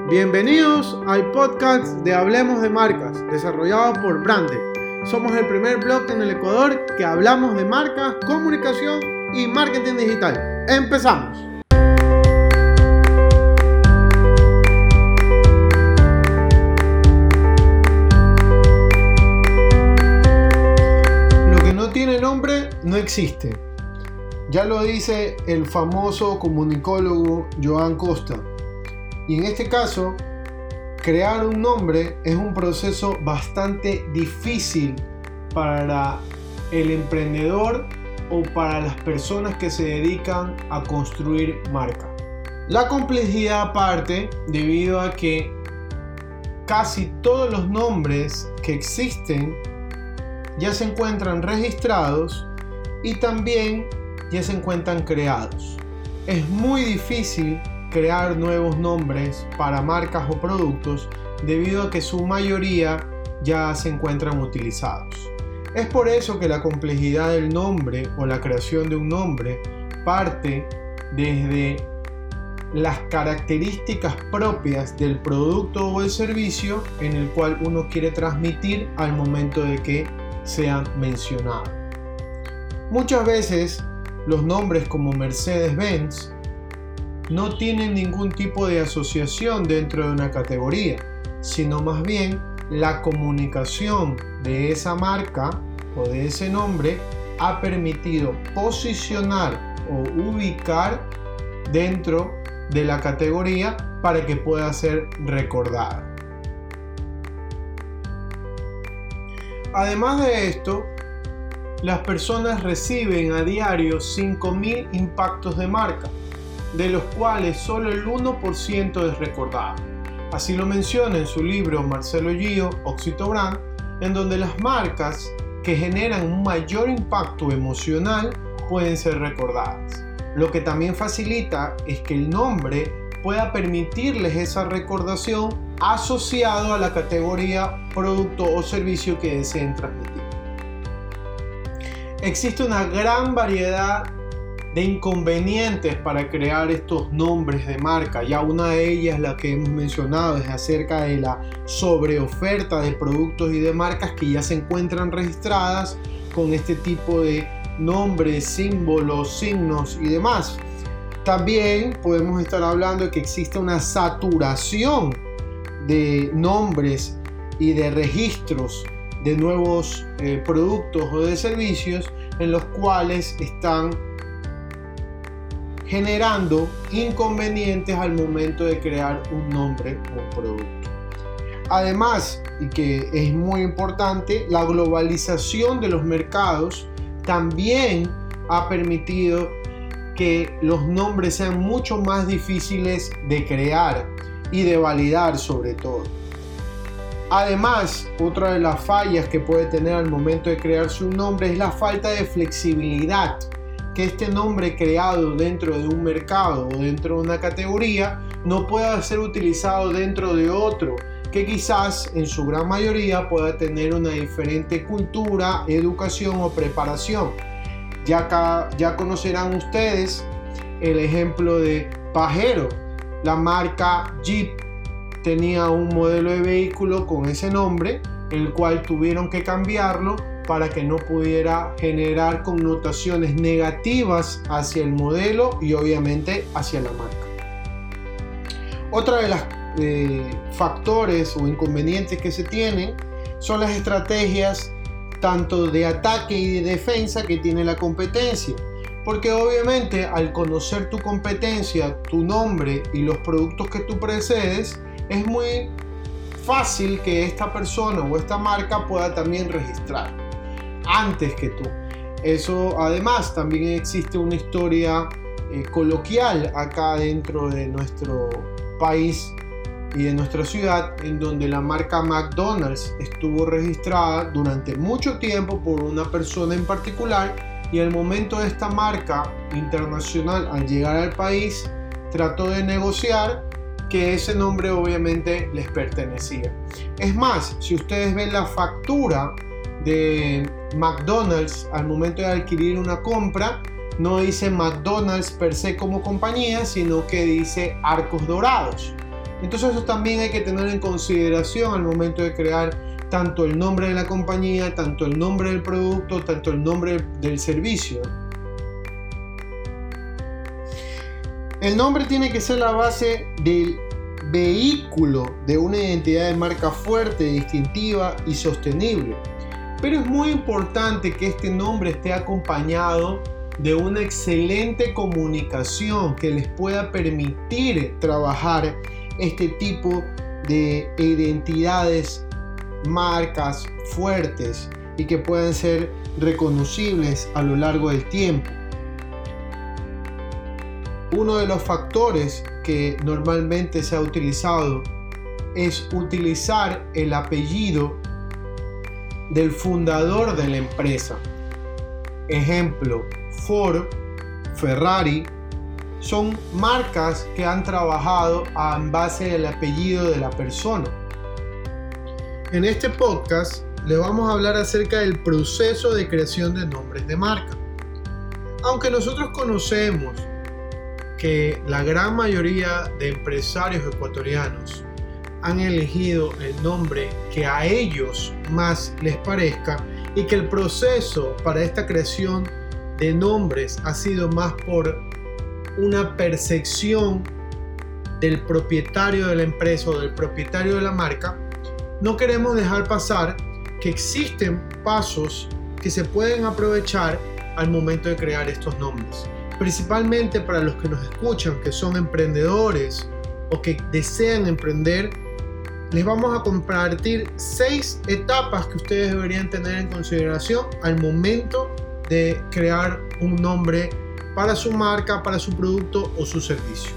Bienvenidos al podcast de Hablemos de Marcas, desarrollado por Brande. Somos el primer blog en el Ecuador que hablamos de marcas, comunicación y marketing digital. ¡Empezamos! Lo que no tiene nombre no existe. Ya lo dice el famoso comunicólogo Joan Costa. Y en este caso, crear un nombre es un proceso bastante difícil para el emprendedor o para las personas que se dedican a construir marca. La complejidad parte debido a que casi todos los nombres que existen ya se encuentran registrados y también ya se encuentran creados. Es muy difícil crear nuevos nombres para marcas o productos debido a que su mayoría ya se encuentran utilizados. Es por eso que la complejidad del nombre o la creación de un nombre parte desde las características propias del producto o el servicio en el cual uno quiere transmitir al momento de que sean mencionados. Muchas veces los nombres como Mercedes-Benz no tienen ningún tipo de asociación dentro de una categoría, sino más bien la comunicación de esa marca o de ese nombre ha permitido posicionar o ubicar dentro de la categoría para que pueda ser recordada. Además de esto, las personas reciben a diario 5.000 impactos de marca, de los cuales solo el 1% es recordado. Así lo menciona en su libro Marcelo Gio, Óxito Brand, en donde las marcas que generan un mayor impacto emocional pueden ser recordadas. Lo que también facilita es que el nombre pueda permitirles esa recordación asociado a la categoría, producto o servicio que deseen transmitir. Existe una gran variedad de inconvenientes para crear estos nombres de marca. Ya una de ellas, la que hemos mencionado, es acerca de la sobreoferta de productos y de marcas que ya se encuentran registradas con este tipo de nombres, símbolos, signos y demás. También podemos estar hablando de que existe una saturación de nombres y de registros de nuevos productos o de servicios en los cuales están generando inconvenientes al momento de crear un nombre o un producto. Además, y que es muy importante, la globalización de los mercados también ha permitido que los nombres sean mucho más difíciles de crear y de validar sobre todo. Además, otra de las fallas que puede tener al momento de crearse un nombre es la falta de flexibilidad. Que este nombre creado dentro de un mercado o dentro de una categoría no pueda ser utilizado dentro de otro, que quizás en su gran mayoría pueda tener una diferente cultura, educación o preparación. Ya conocerán ustedes el ejemplo de Pajero. La marca Jeep tenía un modelo de vehículo con ese nombre, el cual tuvieron que cambiarlo para que no pudiera generar connotaciones negativas hacia el modelo y obviamente hacia la marca. Otra de las factores o inconvenientes que se tienen son las estrategias tanto de ataque y de defensa que tiene la competencia, porque obviamente al conocer tu competencia, tu nombre y los productos que tú precedes, es muy fácil que esta persona o esta marca pueda también registrar antes que tú. Eso además también existe una historia coloquial acá dentro de nuestro país y de nuestra ciudad, en donde la marca McDonald's estuvo registrada durante mucho tiempo por una persona en particular, y al momento de esta marca internacional al llegar al país trató de negociar que ese nombre obviamente les pertenecía. Es más, si ustedes ven la factura de McDonald's al momento de adquirir una compra, no dice McDonald's per se como compañía, sino que dice Arcos Dorados. Entonces eso también hay que tener en consideración al momento de crear tanto el nombre de la compañía, tanto el nombre del producto, tanto el nombre del servicio. El nombre tiene que ser la base del vehículo de una identidad de marca fuerte, distintiva y sostenible. Pero es muy importante que este nombre esté acompañado de una excelente comunicación que les pueda permitir trabajar este tipo de identidades, marcas fuertes y que puedan ser reconocibles a lo largo del tiempo. Uno de los factores que normalmente se ha utilizado es utilizar el apellido del fundador de la empresa. Ejemplo, Ford, Ferrari, son marcas que han trabajado en base del apellido de la persona. En este podcast les vamos a hablar acerca del proceso de creación de nombres de marca. Aunque nosotros conocemos que la gran mayoría de empresarios ecuatorianos han elegido el nombre que a ellos más les parezca y que el proceso para esta creación de nombres ha sido más por una percepción del propietario de la empresa o del propietario de la marca, no queremos dejar pasar que existen pasos que se pueden aprovechar al momento de crear estos nombres. Principalmente para los que nos escuchan, que son emprendedores o que desean emprender, les vamos a compartir 6 etapas que ustedes deberían tener en consideración al momento de crear un nombre para su marca, para su producto o su servicio.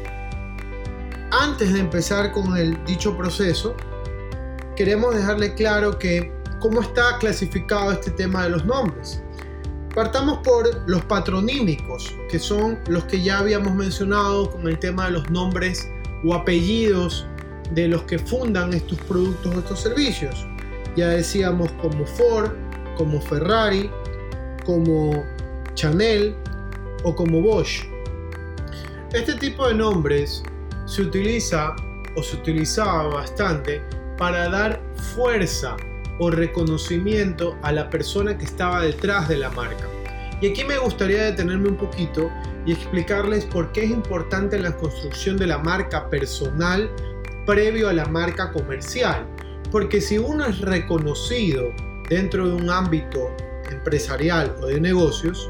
Antes de empezar con el dicho proceso, queremos dejarle claro que cómo está clasificado este tema de los nombres. Partamos por los patronímicos, que son los que ya habíamos mencionado con el tema de los nombres o apellidos de los que fundan estos productos o estos servicios. Ya decíamos como Ford, como Ferrari, como Chanel o como Bosch. Este tipo de nombres se utiliza o se utilizaba bastante para dar fuerza o reconocimiento a la persona que estaba detrás de la marca. Y aquí me gustaría detenerme un poquito y explicarles por qué es importante la construcción de la marca personal previo a la marca comercial. Porque si uno es reconocido dentro de un ámbito empresarial o de negocios,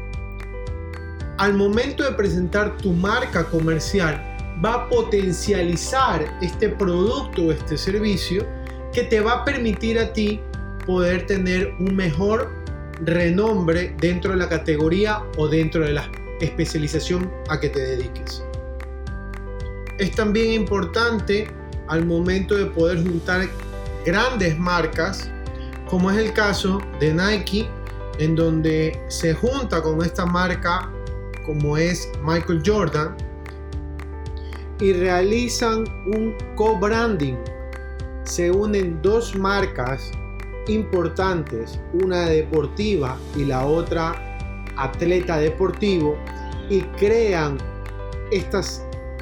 al momento de presentar tu marca comercial va a potencializar este producto o este servicio que te va a permitir a ti poder tener un mejor renombre dentro de la categoría o dentro de la especialización a que te dediques. Es también importante al momento de poder juntar grandes marcas, como es el caso de Nike, en donde se junta con esta marca como es Michael Jordan y realizan un co-branding. Se unen dos marcas importantes, una deportiva y la otra atleta deportivo, y crean estos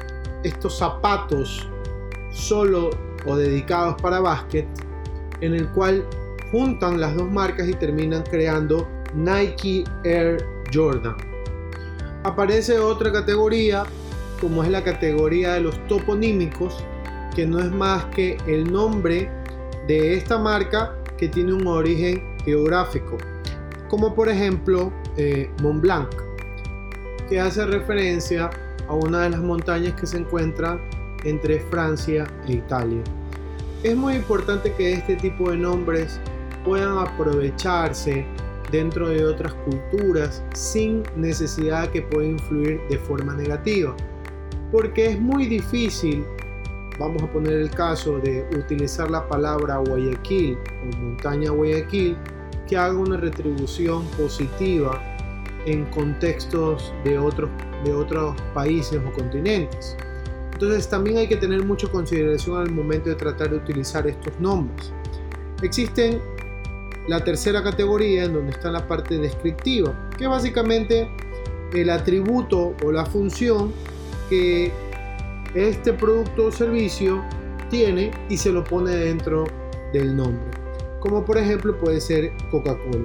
zapatos solo o dedicados para básquet, en el cual juntan las dos marcas y terminan creando Nike Air Jordan. Aparece otra categoría, como es la categoría de los toponímicos, que no es más que el nombre de esta marca que tiene un origen geográfico, como por ejemplo Mont Blanc, que hace referencia a una de las montañas que se encuentran entre Francia e Italia. Es muy importante que este tipo de nombres puedan aprovecharse dentro de otras culturas sin necesidad que pueda influir de forma negativa, porque es muy difícil. Vamos a poner el caso de utilizar la palabra Guayaquil o montaña Guayaquil, que haga una retribución positiva en contextos de otros países o continentes. Entonces también hay que tener mucha consideración al momento de tratar de utilizar estos nombres. Existen la tercera categoría, en donde está la parte descriptiva, que es básicamente el atributo o la función que este producto o servicio tiene y se lo pone dentro del nombre. Como por ejemplo puede ser Coca-Cola.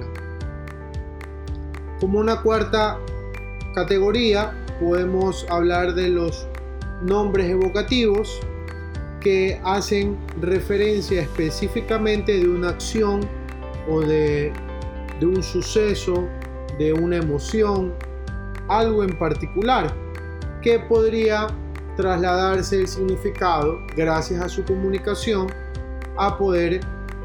Como una cuarta categoría podemos hablar de los nombres evocativos que hacen referencia específicamente de una acción o de un suceso, de una emoción, algo en particular que podría trasladarse el significado gracias a su comunicación a poder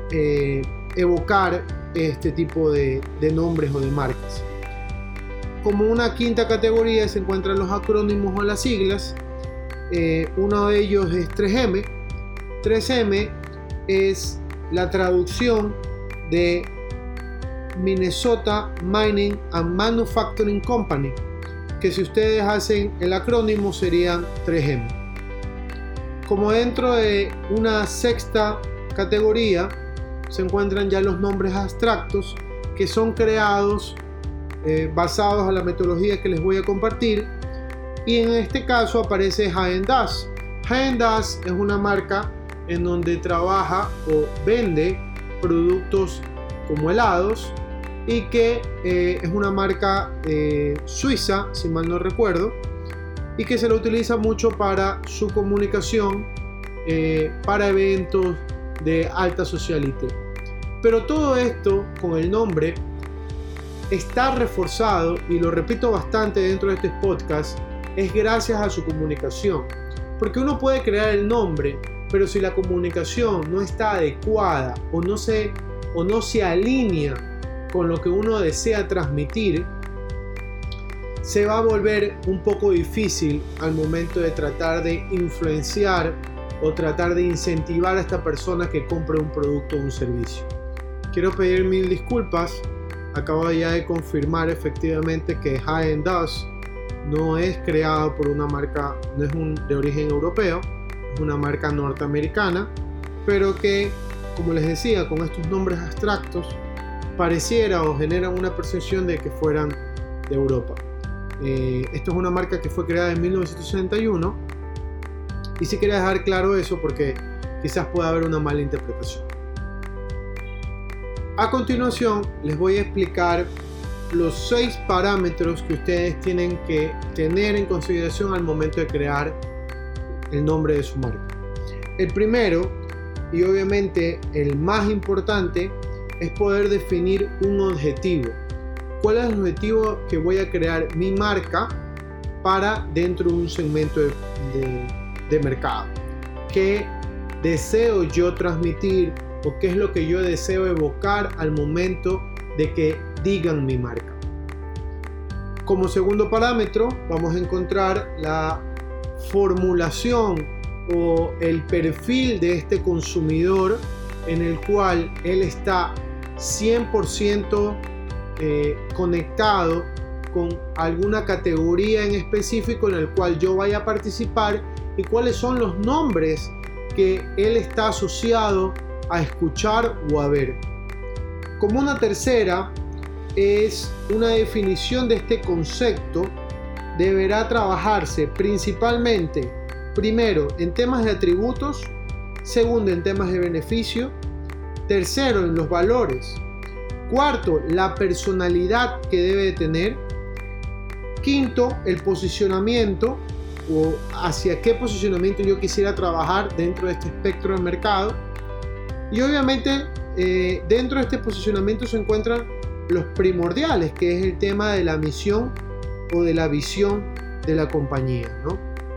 evocar este tipo de nombres o de marcas. Como una quinta categoría se encuentran los acrónimos o las siglas. Uno de ellos es 3M. 3M es la traducción de Minnesota Mining and Manufacturing Company, que si ustedes hacen el acrónimo serían 3M. Como dentro de una sexta categoría se encuentran ya los nombres abstractos, que son creados basados a la metodología que les voy a compartir, y en este caso aparece Häagen-Dazs. Häagen-Dazs es una marca en donde trabaja o vende productos como helados y que es una marca suiza, si mal no recuerdo, y que se la utiliza mucho para su comunicación, para eventos de alta socialité. Pero todo esto con el nombre está reforzado, y lo repito bastante dentro de este podcast, es gracias a su comunicación. Porque uno puede crear el nombre, pero si la comunicación no está adecuada o no se alinea con lo que uno desea transmitir, se va a volver un poco difícil al momento de tratar de influenciar o tratar de incentivar a esta persona que compre un producto o un servicio. Quiero pedir mil disculpas. Acabo ya de confirmar efectivamente que Häagen-Dazs no es creado por una marca, no es de origen europeo, es una marca norteamericana, pero que, como les decía, con estos nombres abstractos pareciera o generan una percepción de que fueran de Europa. Esto es una marca que fue creada en 1961, y sí quería dejar claro eso porque quizás pueda haber una mala interpretación. A continuación les voy a explicar los 6 parámetros que ustedes tienen que tener en consideración al momento de crear el nombre de su marca. El primero, y obviamente el más importante, es poder definir un objetivo. ¿Cuál es el objetivo que voy a crear mi marca para dentro de un segmento de mercado? ¿Qué deseo yo transmitir o qué es lo que yo deseo evocar al momento de que digan mi marca? Como segundo parámetro vamos a encontrar la formulación o el perfil de este consumidor, en el cual él está 100% conectado con alguna categoría en específico en el cual yo vaya a participar, y cuáles son los nombres que él está asociado a escuchar o a ver. Como una tercera es una definición de este concepto. Deberá trabajarse principalmente, primero, en temas de atributos, segundo, en temas de beneficio, tercero, en los valores, cuarto, la personalidad que debe de tener, quinto, el posicionamiento o hacia qué posicionamiento yo quisiera trabajar dentro de este espectro de mercado, y obviamente dentro de este posicionamiento se encuentran los primordiales, que es el tema de la misión o de la visión de la compañía, ¿no?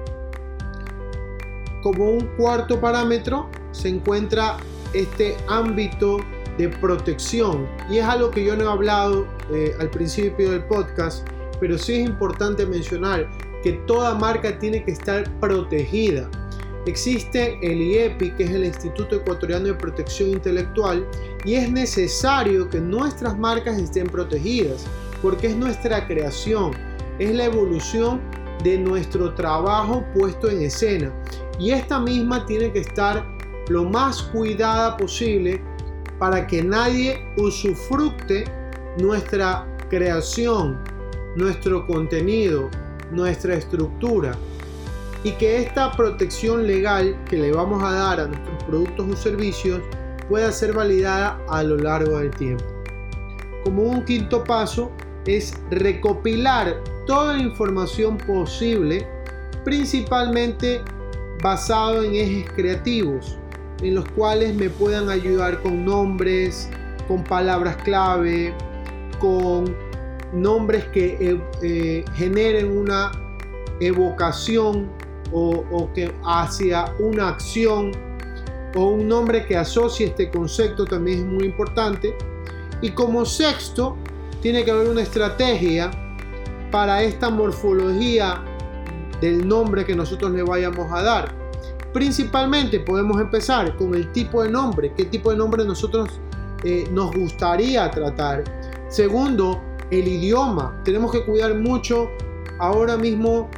Como un cuarto parámetro se encuentra este ámbito de protección, y es algo que yo no he hablado al principio del podcast, pero sí es importante mencionar que toda marca tiene que estar protegida. Existe el IEPI, que es el Instituto Ecuatoriano de Protección Intelectual, y es necesario que nuestras marcas estén protegidas, porque es nuestra creación, es la evolución de nuestro trabajo puesto en escena, y esta misma tiene que estar lo más cuidada posible para que nadie usufructe nuestra creación, nuestro contenido, nuestra estructura. y que esta protección legal que le vamos a dar a nuestros productos o servicios pueda ser validada a lo largo del tiempo. Como un quinto paso es recopilar toda la información posible, principalmente basado en ejes creativos, en los cuales me puedan ayudar con nombres, con palabras clave, con nombres que generen una evocación o que hacia una acción, o un nombre que asocie este concepto también es muy importante. Y como sexto, tiene que haber una estrategia para esta morfología del nombre que nosotros le vayamos a dar. Principalmente podemos empezar con el tipo de nombre, qué tipo de nombre nosotros nos gustaría tratar. Segundo, el idioma. Tenemos que cuidar mucho ahora mismo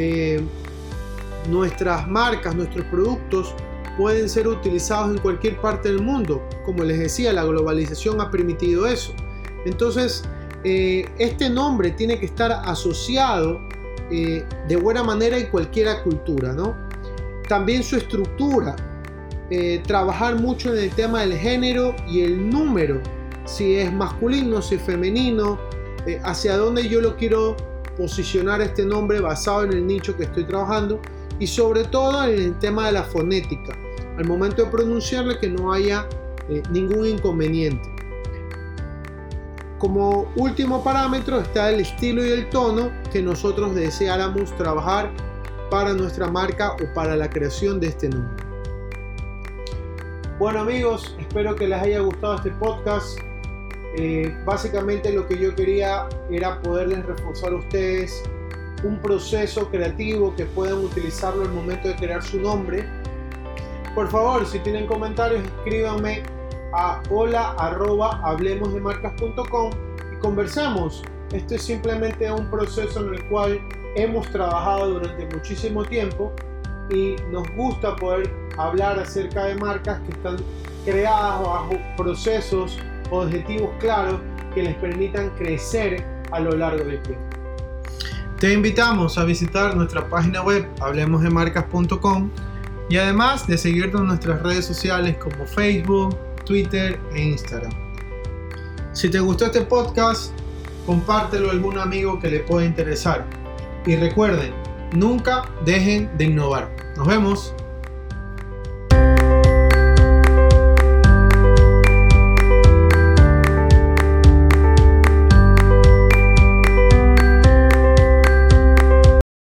nuestras marcas, nuestros productos pueden ser utilizados en cualquier parte del mundo. Como les decía, la globalización ha permitido eso. Entonces, este nombre tiene que estar asociado de buena manera en cualquier cultura, ¿no? También su estructura, trabajar mucho en el tema del género y el número, si es masculino, si es femenino, hacia dónde yo lo quiero posicionar este nombre basado en el nicho que estoy trabajando, y sobre todo en el tema de la fonética, al momento de pronunciarle que no haya ningún inconveniente. Como último parámetro está el estilo y el tono que nosotros deseáramos trabajar para nuestra marca o para la creación de este nombre. Bueno amigos, espero que les haya gustado este podcast. Básicamente lo que yo quería era poderles reforzar a ustedes un proceso creativo que puedan utilizarlo al momento de crear su nombre. Por favor, si tienen comentarios, escríbanme a hola@hablemosdemarcas.com y conversamos. Esto es simplemente un proceso en el cual hemos trabajado durante muchísimo tiempo y nos gusta poder hablar acerca de marcas que están creadas bajo procesos, objetivos claros que les permitan crecer a lo largo del tiempo. Te invitamos a visitar nuestra página web hablemosdemarcas.com y además de seguirnos en nuestras redes sociales como Facebook, Twitter e Instagram. Si te gustó este podcast, compártelo a algún amigo que le pueda interesar. Y recuerden, nunca dejen de innovar. Nos vemos.